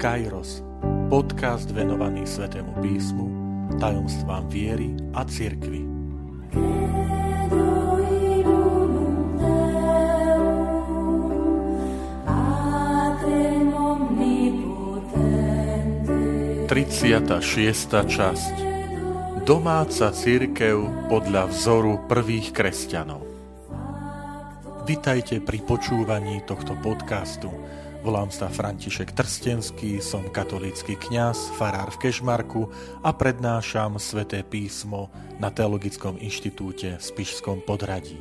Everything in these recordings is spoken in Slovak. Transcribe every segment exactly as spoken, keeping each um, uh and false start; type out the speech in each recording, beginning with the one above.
Kairos, podcast venovaný Svätému písmu, tajomstvám viery a cirkvi. tridsiata šiesta časť. Domáca cirkev podľa vzoru prvých kresťanov. Vitajte pri počúvaní tohto podcastu. Volám sa František Trstenský, som katolícky kňaz, farár v Kežmarku a prednášam Sväté písmo na Teologickom inštitúte v Spišskom Podhradí.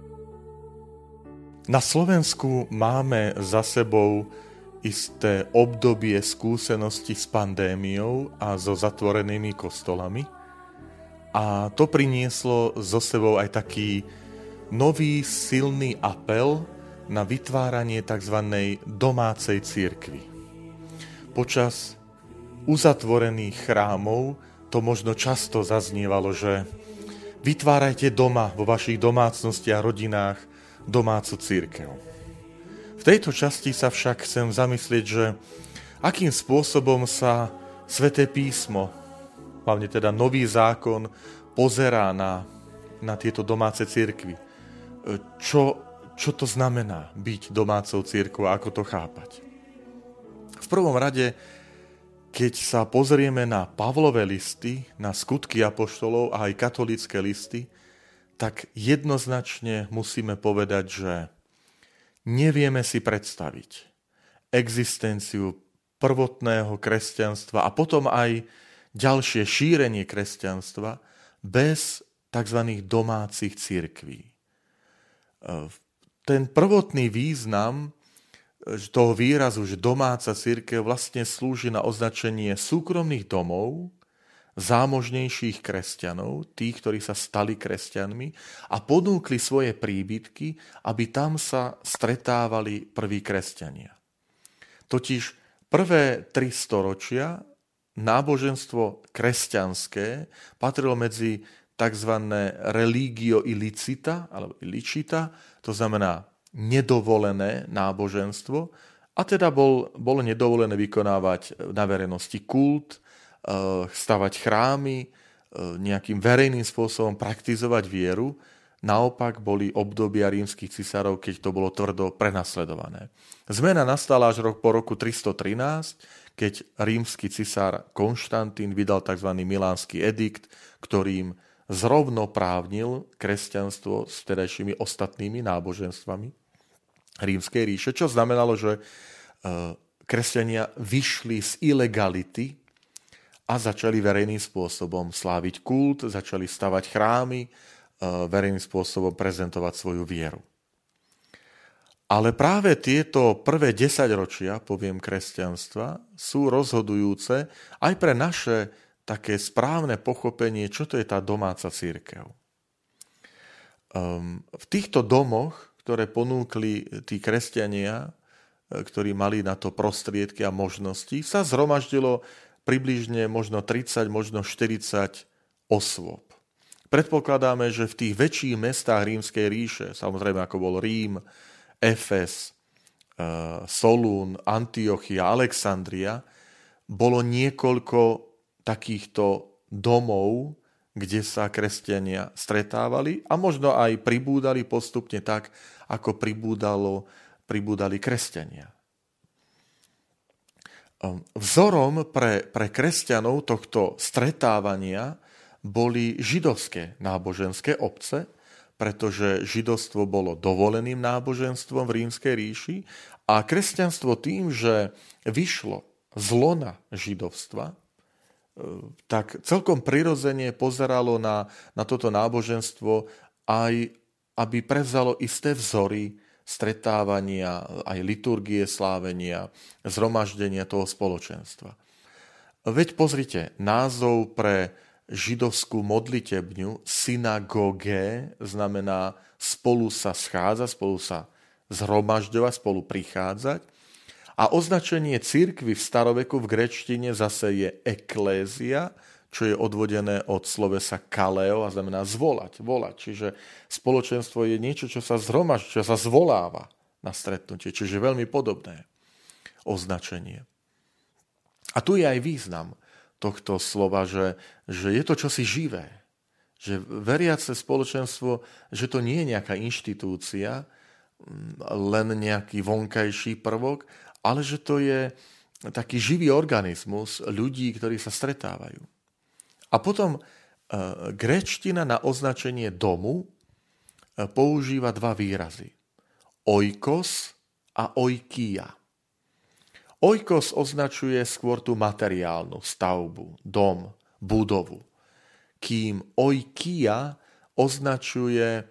Na Slovensku máme za sebou isté obdobie skúsenosti s pandémiou a so zatvorenými kostolami a to prinieslo so sebou aj taký nový silný apel na vytváranie tzv. Domácej cirkvi. Počas uzatvorených chrámov to možno často zaznievalo, že vytvárajte doma vo vašich domácnostiach a rodinách domácu cirkev. V tejto časti sa však chcem zamyslieť, že akým spôsobom sa Sväté písmo, hlavne teda Nový zákon, pozerá na, na tieto domáce cirkvi. Čo Čo to znamená byť domácou cirkvou a ako to chápať? V prvom rade, keď sa pozrieme na Pavlové listy, na skutky apoštolov a aj katolícke listy, tak jednoznačne musíme povedať, že nevieme si predstaviť existenciu prvotného kresťanstva a potom aj ďalšie šírenie kresťanstva bez tzv. Domácich cirkví. Ten prvotný význam toho výrazu, že domáca cirkev vlastne slúži na označenie súkromných domov zámožnejších kresťanov, tých, ktorí sa stali kresťanmi a ponúkli svoje príbytky, aby tam sa stretávali prví kresťania. Totiž prvé tri storočia náboženstvo kresťanské patrilo medzi tzv. Religio illicita, alebo illicita, to znamená nedovolené náboženstvo, a teda bol, bolo nedovolené vykonávať na verejnosti kult, stavať chrámy, nejakým verejným spôsobom praktizovať vieru. Naopak boli obdobia rímskych cisárov, keď to bolo tvrdo prenasledované. Zmena nastala až rok po roku tristotrinásť, keď rímsky cisár Konštantín vydal tzv. Milánsky edikt, ktorým zrovnoprávnil kresťanstvo s vtedajšími ostatnými náboženstvami Rímskej ríše, čo znamenalo, že kresťania vyšli z ilegality a začali verejným spôsobom sláviť kult, začali stavať chrámy, verejným spôsobom prezentovať svoju vieru. Ale práve tieto prvé desaťročia, poviem, kresťanstva sú rozhodujúce aj pre naše také správne pochopenie, čo to je tá domáca cirkev. Um, v týchto domoch, ktoré ponúkli tí kresťania, ktorí mali na to prostriedky a možnosti, sa zhromaždilo približne možno tridsať, možno štyridsať osôb. Predpokladáme, že v tých väčších mestách Rímskej ríše, samozrejme ako bol Rím, Efes, Solún, Antiochia, Alexandria, bolo niekoľko takýchto domov, kde sa kresťania stretávali a možno aj pribúdali postupne tak, ako pribúdalo, pribúdali kresťania. Vzorom pre, pre kresťanov tohto stretávania boli židovské náboženské obce, pretože židovstvo bolo dovoleným náboženstvom v Rímskej ríši a kresťanstvo tým, že vyšlo z lona židovstva, tak celkom prirodzene pozeralo na, na toto náboženstvo aj, aby prevzalo isté vzory stretávania, aj liturgie slávenia, zhromaždenia toho spoločenstva. Veď pozrite, názov pre židovskú modlitebňu synagóge znamená spolu sa schádzať, spolu sa zhromažďovať, spolu prichádzať. A označenie cirkvi v staroveku v gréčtine zase je eklézia, čo je odvodené od slovesa kaleo a znamená zvolať, volať. Čiže spoločenstvo je niečo, čo sa zhromažďuje, čo sa zvoláva na stretnutie, čiže veľmi podobné označenie. A tu je aj význam tohto slova, že, že je to čosi živé. Že veriace spoločenstvo, že to nie je nejaká inštitúcia, len nejaký vonkajší prvok, ale že to je taký živý organizmus ľudí, ktorí sa stretávajú. A potom e, gréčtina na označenie domu e, používa dva výrazy. Oikos a oikia. Oikos označuje skôr tú materiálnu stavbu, dom, budovu, kým oikia označuje e,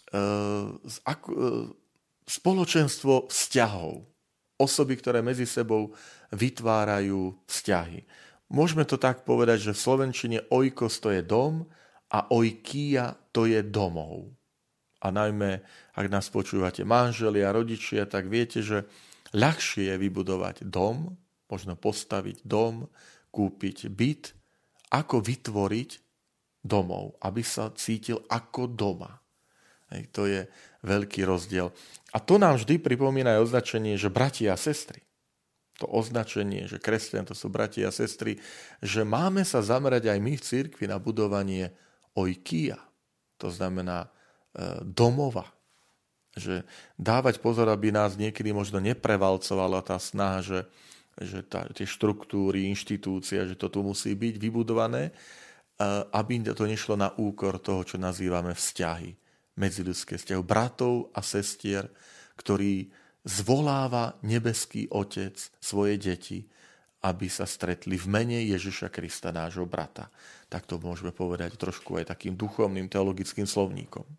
ak, e, spoločenstvo vzťahov, osoby, ktoré medzi sebou vytvárajú vzťahy. Môžeme to tak povedať, že v slovenčine oikos to je dom a oikia to je domov. A najmä, ak nás počúvate manželia, rodičia, tak viete, že ľahšie je vybudovať dom, možno postaviť dom, kúpiť byt, ako vytvoriť domov, aby sa cítil ako doma. Hej, to je veľký rozdiel. A to nám vždy pripomína aj označenie, že bratia a sestry. To označenie, že kresťan to sú bratia a sestry, že máme sa zamerať aj my v cirkvi na budovanie oikia. To znamená e, domova. Že dávať pozor, aby nás niekedy možno neprevalcovala tá snaha, že, že tá, tie štruktúry, inštitúcia, že to tu musí byť vybudované, e, aby to nešlo na úkor toho, čo nazývame vzťahy. Medziľudské vzťahy bratov a sestier, ktorí zvoláva nebeský Otec svoje deti, aby sa stretli v mene Ježiša Krista, nášho brata. Tak to môžeme povedať trošku aj takým duchovným teologickým slovníkom.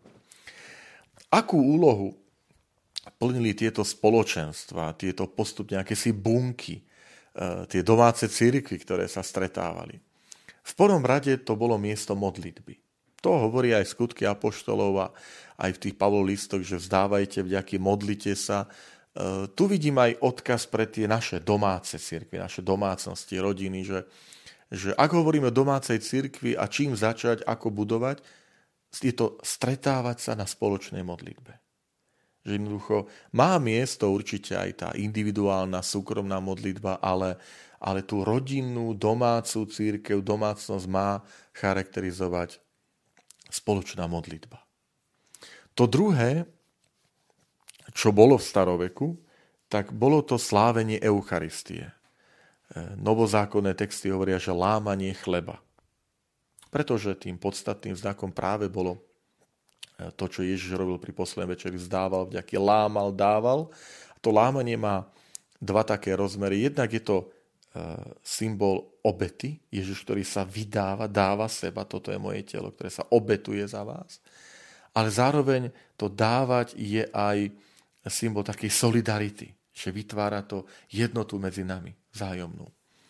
Akú úlohu plnili tieto spoločenstva, tieto postupne akési bunky, tie domáce cirkvi, ktoré sa stretávali? V prvom rade to bolo miesto modlitby. To hovorí aj skutky apoštolov a aj v tých Pavlových listoch, že vzdávajte vďaky, modlite sa. Tu vidím aj odkaz pre tie naše domáce cirkvi, naše domácnosti, rodiny, že, že ak hovoríme o domácej cirkvi a čím začať, ako budovať, je to stretávať sa na spoločnej modlitbe. Že jednoducho má miesto určite aj tá individuálna, súkromná modlitba, ale, ale tú rodinnú, domácu cirkev, domácnosť má charakterizovať spoločná modlitba. To druhé, čo bolo v staroveku, tak bolo to slávenie Eucharistie. Novozákonné texty hovoria, že lámanie chleba. Pretože tým podstatným znakom práve bolo to, čo Ježiš robil pri poslednej večeri, vzdával vďaky, lámal, dával. A to lámanie má dva také rozmery. Jednak je to symbol obety. Ježiš, ktorý sa vydáva, dáva seba. Toto je moje telo, ktoré sa obetuje za vás. Ale zároveň to dávať je aj symbol takej solidarity, že vytvára to jednotu medzi nami, vzájomnú.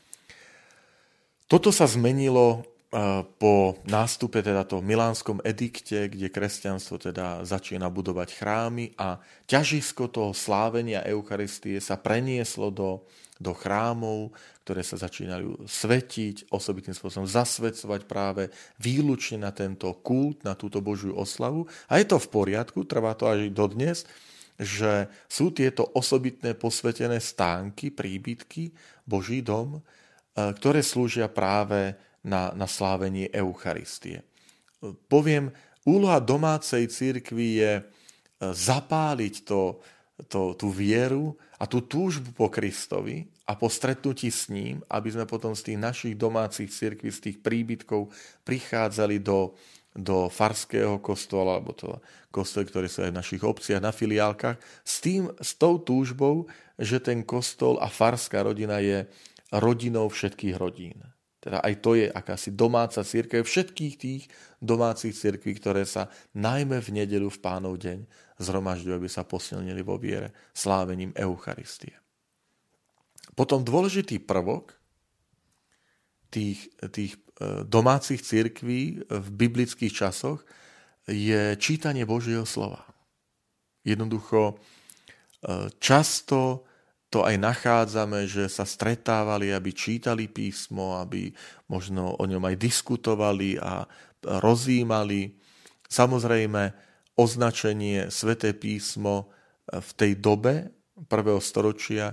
Toto sa zmenilo po nástupe teda toho milánskom edikte, kde kresťanstvo teda začína budovať chrámy a ťažisko toho slávenia Eucharistie sa prenieslo do, do chrámov, ktoré sa začínajú svetiť, osobitným spôsobom zasvedcovať práve výlučne na tento kult, na túto Božiu oslavu. A je to v poriadku, trvá to až dodnes, že sú tieto osobitné posvetené stánky, príbytky, Boží dom, ktoré slúžia práve na, na slávenie Eucharistie. Poviem, úloha domácej cirkvi je zapáliť to, to, tú vieru a tú túžbu po Kristovi a po stretnutí s ním, aby sme potom z tých našich domácich cirkví, z tých príbytkov prichádzali do, do farského kostola, alebo to kostoly, ktoré sú aj v našich obciach, na filiálkach, s tým, s tou túžbou, že ten kostol a farská rodina je rodinou všetkých rodín. Teda aj to je akási domáca cirkev všetkých tých domácich cirkví, ktoré sa najmä v nedeľu v Pánov deň zhromažďujú, aby sa posilnili vo viere slávením Eucharistie. Potom dôležitý prvok tých, tých domácich cirkví v biblických časoch je čítanie Božieho slova. Jednoducho často to aj nachádzame, že sa stretávali, aby čítali písmo, aby možno o ňom aj diskutovali a rozjímali. Samozrejme, označenie Sväté písmo v tej dobe prvého storočia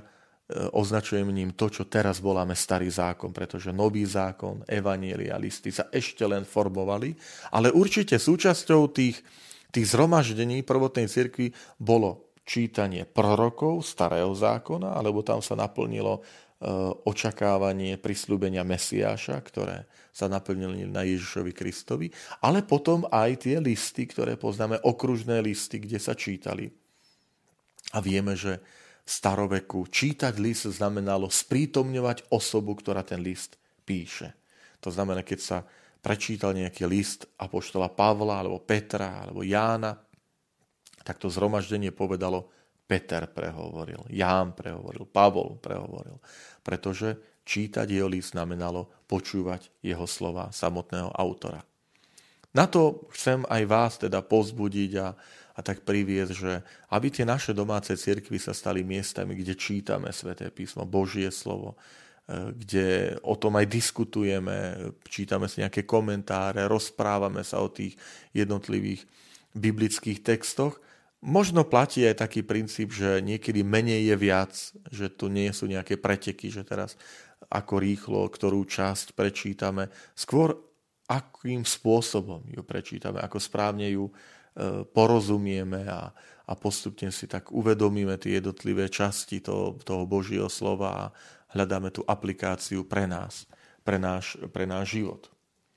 označujem ním to, čo teraz voláme starý zákon, pretože nový zákon, evanjelia, listy sa ešte len formovali, ale určite súčasťou tých, tých zhromaždení prvotnej cirkvi bolo čítanie prorokov starého zákona, alebo tam sa naplnilo očakávanie prisľúbenia Mesiáša, ktoré sa naplnili na Ježišovi Kristovi, ale potom aj tie listy, ktoré poznáme, okružné listy, kde sa čítali. A vieme, že v staroveku čítať list znamenalo sprítomňovať osobu, ktorá ten list píše. To znamená, keď sa prečítal nejaký list apoštola Pavla, alebo Petra, alebo Jána, tak to zhromaždenie povedalo: Peter prehovoril, Ján prehovoril, Pavol prehovoril. Pretože čítať jeho list znamenalo počúvať jeho slova samotného autora. Na to chcem aj vás teda povzbudiť a, a tak priviesť, že aby tie naše domáce cirkvi sa stali miestami, kde čítame Sväté písmo, Božie slovo, kde o tom aj diskutujeme, čítame si nejaké komentáre, rozprávame sa o tých jednotlivých biblických textoch. Možno platí aj taký princíp, že niekedy menej je viac, že tu nie sú nejaké preteky, že teraz ako rýchlo, ktorú časť prečítame. Skôr akým spôsobom ju prečítame, ako správne ju porozumieme a, a postupne si tak uvedomíme tie jednotlivé časti toho, toho Božieho slova a hľadáme tú aplikáciu pre nás, pre náš, pre náš život.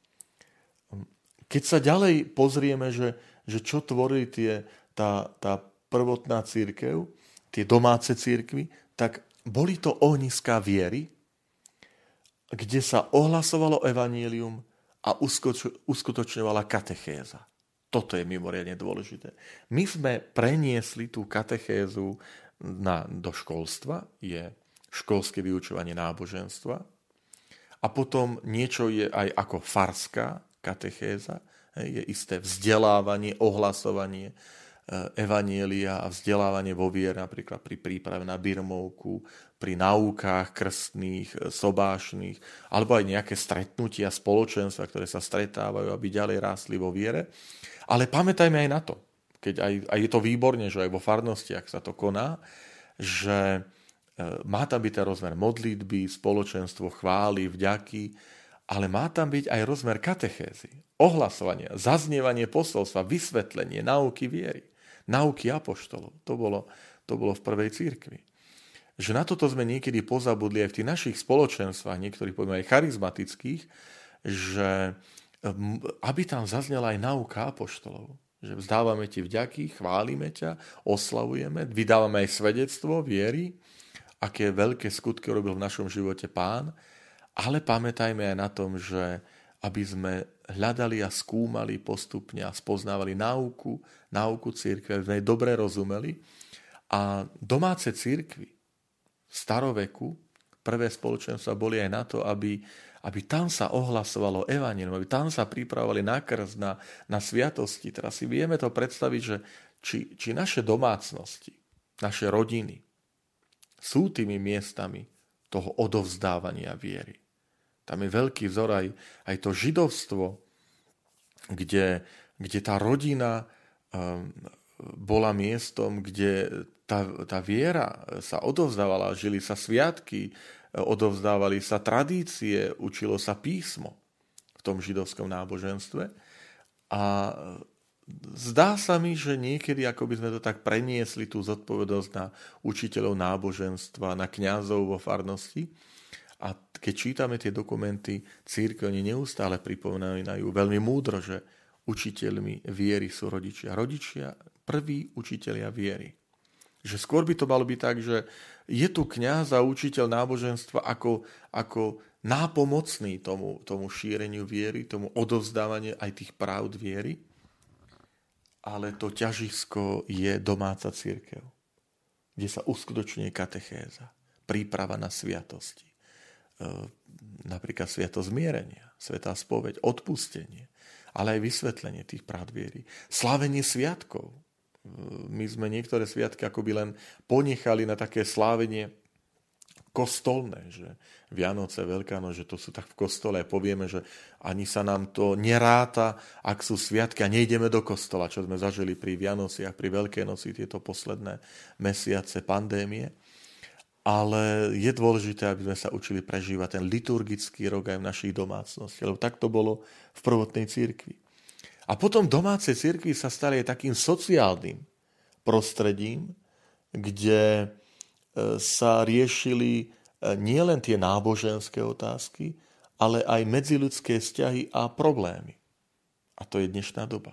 Keď sa ďalej pozrieme, že, že čo tvorili tie Tá, tá prvotná cirkev, tie domáce cirkvy, tak boli to ohniská viery, kde sa ohlasovalo evanjelium a uskutočňovala katechéza. Toto je mimoriadne dôležité. My sme preniesli tú katechézu na, do školstva, je školské vyučovanie náboženstva, a potom niečo je aj ako farská katechéza, je isté vzdelávanie, ohlasovanie evanjelia a vzdelávanie vo viere, napríklad pri príprave na birmovku, pri naukách krstných, sobášnych, alebo aj nejaké stretnutia, spoločenstva, ktoré sa stretávajú, aby ďalej rástli vo viere. Ale pamätajme aj na to, keď aj, aj je to výborne, že aj vo farnostiach sa to koná, že má tam byť ten rozmer modlitby, spoločenstvo, chvály, vďaky, ale má tam byť aj rozmer katechézy, ohlasovania, zaznievanie posolstva, vysvetlenie, nauky viery. Nauky apoštolov. To bolo, to bolo v prvej cirkvi. Že na toto sme niekedy pozabudli aj v tých našich spoločenstvách, niektorých povieme aj charizmatických, že aby tam zaznela aj nauka apoštolov. Že vzdávame ti vďaky, chválime ťa, oslavujeme, vydávame aj svedectvo viery, aké veľké skutky robil v našom živote Pán, ale pamätajme aj na tom, že aby sme hľadali a skúmali postupne a spoznávali náuku, náuku cirkve, aby sme jej dobre rozumeli. A domáce cirkvi v staroveku, prvé spoločenstva boli aj na to, aby, aby tam sa ohlasovalo evanjelium, aby tam sa pripravovali na krst, na, na sviatosti. Teraz si vieme to predstaviť, že či, či naše domácnosti, naše rodiny sú tými miestami toho odovzdávania viery. Tam je veľký vzor aj, aj to židovstvo, kde, kde tá rodina um, bola miestom, kde tá, tá viera sa odovzdávala, žili sa sviatky, odovzdávali sa tradície, učilo sa písmo v tom židovskom náboženstve. A zdá sa mi, že niekedy ako by sme to tak preniesli, tú zodpovednosť na učiteľov náboženstva, na kňazov vo farnosti. A keď čítame tie dokumenty cirkvi, oni neustále pripomínajú veľmi múdro, že učiteľmi viery sú rodičia. Rodičia, prví učitelia viery. Že skôr by to malo byť tak, že je tu kňaz a učiteľ náboženstva ako, ako nápomocný tomu, tomu šíreniu viery, tomu odovzdávaniu aj tých pravd viery. Ale to ťažisko je domáca cirkev, kde sa uskutočňuje katechéza, príprava na sviatosti. Napríklad sviatosť zmierenia, svätá spoveď, odpustenie, ale aj vysvetlenie tých pravd viery. Slávenie sviatkov. My sme niektoré sviatky akoby len ponechali na také slávenie kostolné, že Vianoce, Veľkánoc, že to sú tak v kostole a povieme, že ani sa nám to neráta, ak sú sviatky a nejdeme do kostola, čo sme zažili pri Vianociach, pri Veľkej noci, tieto posledné mesiace pandémie. ale je dôležité, aby sme sa učili prežívať ten liturgický rok aj v našich domácnostiach, lebo tak to bolo v prvotnej cirkvi. A potom domáce cirkvi sa stali aj takým sociálnym prostredím, kde sa riešili nielen tie náboženské otázky, ale aj medziľudské vzťahy a problémy. A to je dnešná doba.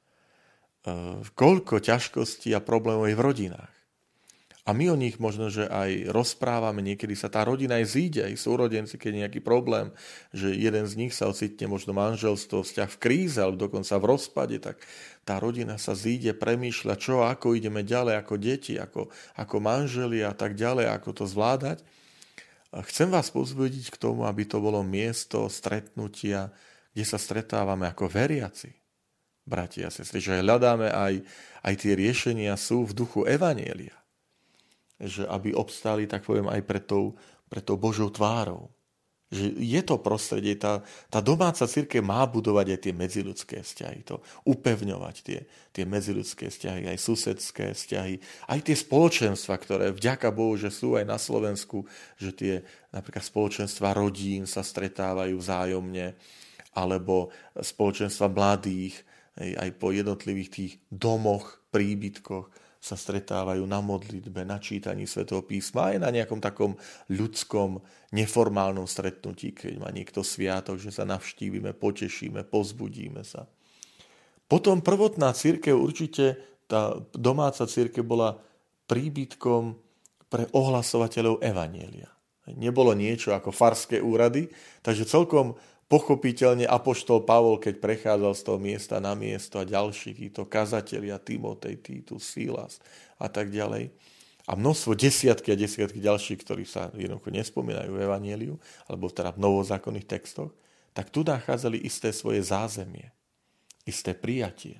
Koľko ťažkostí a problémov je v rodinách. A my o nich možno, že aj rozprávame, niekedy sa tá rodina aj zíde, aj súrodenci, keď je nejaký problém, že jeden z nich sa ocitne možno manželstvo, vzťah v kríze, alebo dokonca v rozpade, tak tá rodina sa zíde, premýšľa, čo, ako ideme ďalej, ako deti, ako, ako manželi a tak ďalej, ako to zvládať. A chcem vás povzbudiť k tomu, aby to bolo miesto stretnutia, kde sa stretávame ako veriaci, bratia a sestry, že hľadáme aj, aj tie riešenia sú v duchu evanjelia. Že aby obstáli, tak poviem, aj pred tou, pred tou Božou tvárou. Že je to prostredie, tá, tá domáca cirkev má budovať aj tie medziľudské vzťahy, to upevňovať tie, tie medziľudské vzťahy, aj susedské vzťahy, aj tie spoločenstva, ktoré vďaka Bohu, že sú aj na Slovensku, že tie napríklad spoločenstva rodín sa stretávajú vzájomne, alebo spoločenstva mladých, aj po jednotlivých tých domoch, príbytkoch, sa stretávajú na modlitbe, na čítaní Svätého písma, aj na nejakom takom ľudskom, neformálnom stretnutí, keď má niekto sviatok, že sa navštívime, potešíme, pozbudíme sa. Potom prvotná cirkev, určite tá domáca cirkev bola príbytkom pre ohlasovateľov evanjelia. Nebolo niečo ako farské úrady, takže celkom pochopiteľne apoštol Pavol, keď prechádzal z toho miesta na miesto a ďalší títo kazatelia, Timotej, Titus, Silas a tak ďalej. A množstvo desiatky a desiatky ďalších, ktorí sa jednoducho nespomínajú v evanjeliu, alebo teda v novozákonných textoch, tak tu nachádzali isté svoje zázemie, isté prijatie.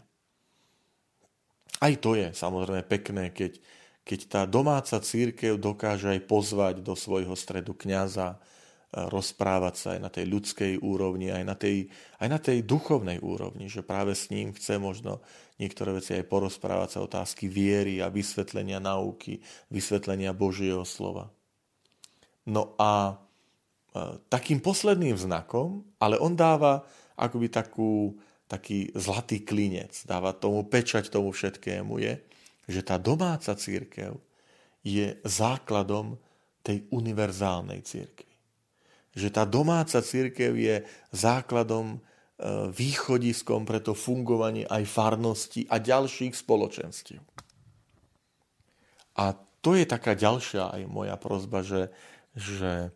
Aj to je samozrejme pekné, keď, keď tá domáca cirkev dokáže aj pozvať do svojho stredu kňaza, rozprávať sa aj na tej ľudskej úrovni, aj na tej, aj na tej duchovnej úrovni, že práve s ním chce možno niektoré veci aj porozprávať sa otázky viery a vysvetlenia nauky, vysvetlenia Božieho slova. No a takým posledným znakom, ale on dáva akoby takú, taký zlatý klinec, dáva tomu pečať tomu všetkému, je, že tá domáca cirkev je základom tej univerzálnej cirkvi. Že tá domáca cirkev je základom, východiskom pre to fungovanie aj farnosti a ďalších spoločenstiev. A to je taká ďalšia aj moja prosba, že, že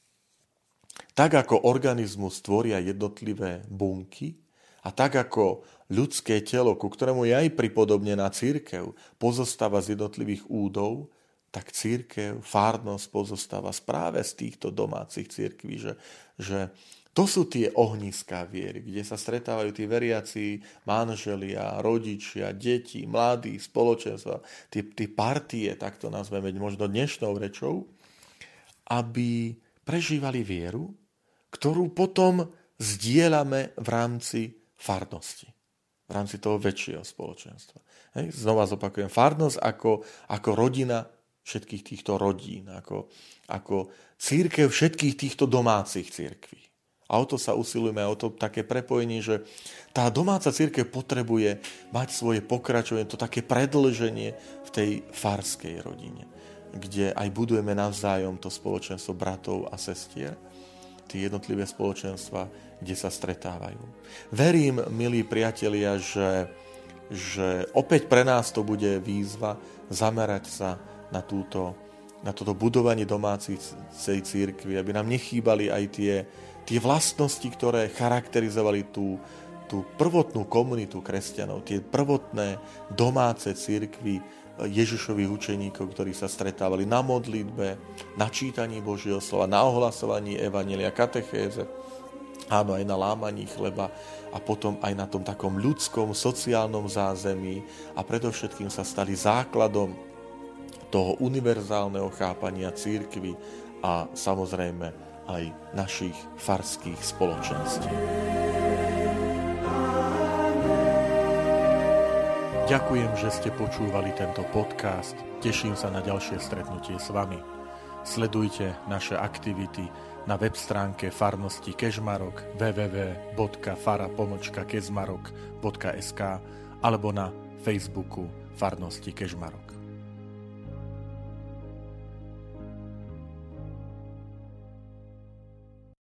tak ako organizmus tvoria jednotlivé bunky a tak ako ľudské telo, ku ktorému je aj pripodobnená cirkev, pozostáva z jednotlivých údov, tak cirkev, farnosť pozostáva práve z týchto domácich cirkví, že, že to sú tie ohniská viery, kde sa stretávajú tí veriaci, manželia, rodičia, deti, mladí, spoločenstva, tie, tie partie, tak to nazveme možno dnešnou rečou, aby prežívali vieru, ktorú potom zdieľame v rámci farnosti, v rámci toho väčšieho spoločenstva. Hej, znova zopakujem, farnosť ako, ako rodina všetkých týchto rodín, ako, ako cirkev všetkých týchto domácich cirkví. A o to sa usilujeme, o to také prepojenie, že tá domáca cirkev potrebuje mať svoje pokračovanie, to také predĺženie v tej farskej rodine, kde aj budujeme navzájom to spoločenstvo bratov a sestier, tie jednotlivé spoločenstva, kde sa stretávajú. Verím, milí priatelia, že, že opäť pre nás to bude výzva zamerať sa na, túto, na toto budovanie domácej cirkvi, aby nám nechýbali aj tie, tie vlastnosti, ktoré charakterizovali tú, tú prvotnú komunitu kresťanov, tie prvotné domáce cirkvi Ježišových učeníkov, ktorí sa stretávali na modlitbe, na čítaní Božieho slova, na ohlasovaní evanjelia, katechéze, áno, aj na lámaní chleba a potom aj na tom takom ľudskom, sociálnom zázemí a predovšetkým sa stali základom toho univerzálneho chápania cirkvi a samozrejme aj našich farských spoločenství. Ďakujem, že ste počúvali tento podcast. Teším sa na ďalšie stretnutie s vami. Sledujte naše aktivity na web stránke farnosti Kežmarok w w w bodka fara pomočka kezmarok bodka es ká alebo na Facebooku farnosti Kežmarok.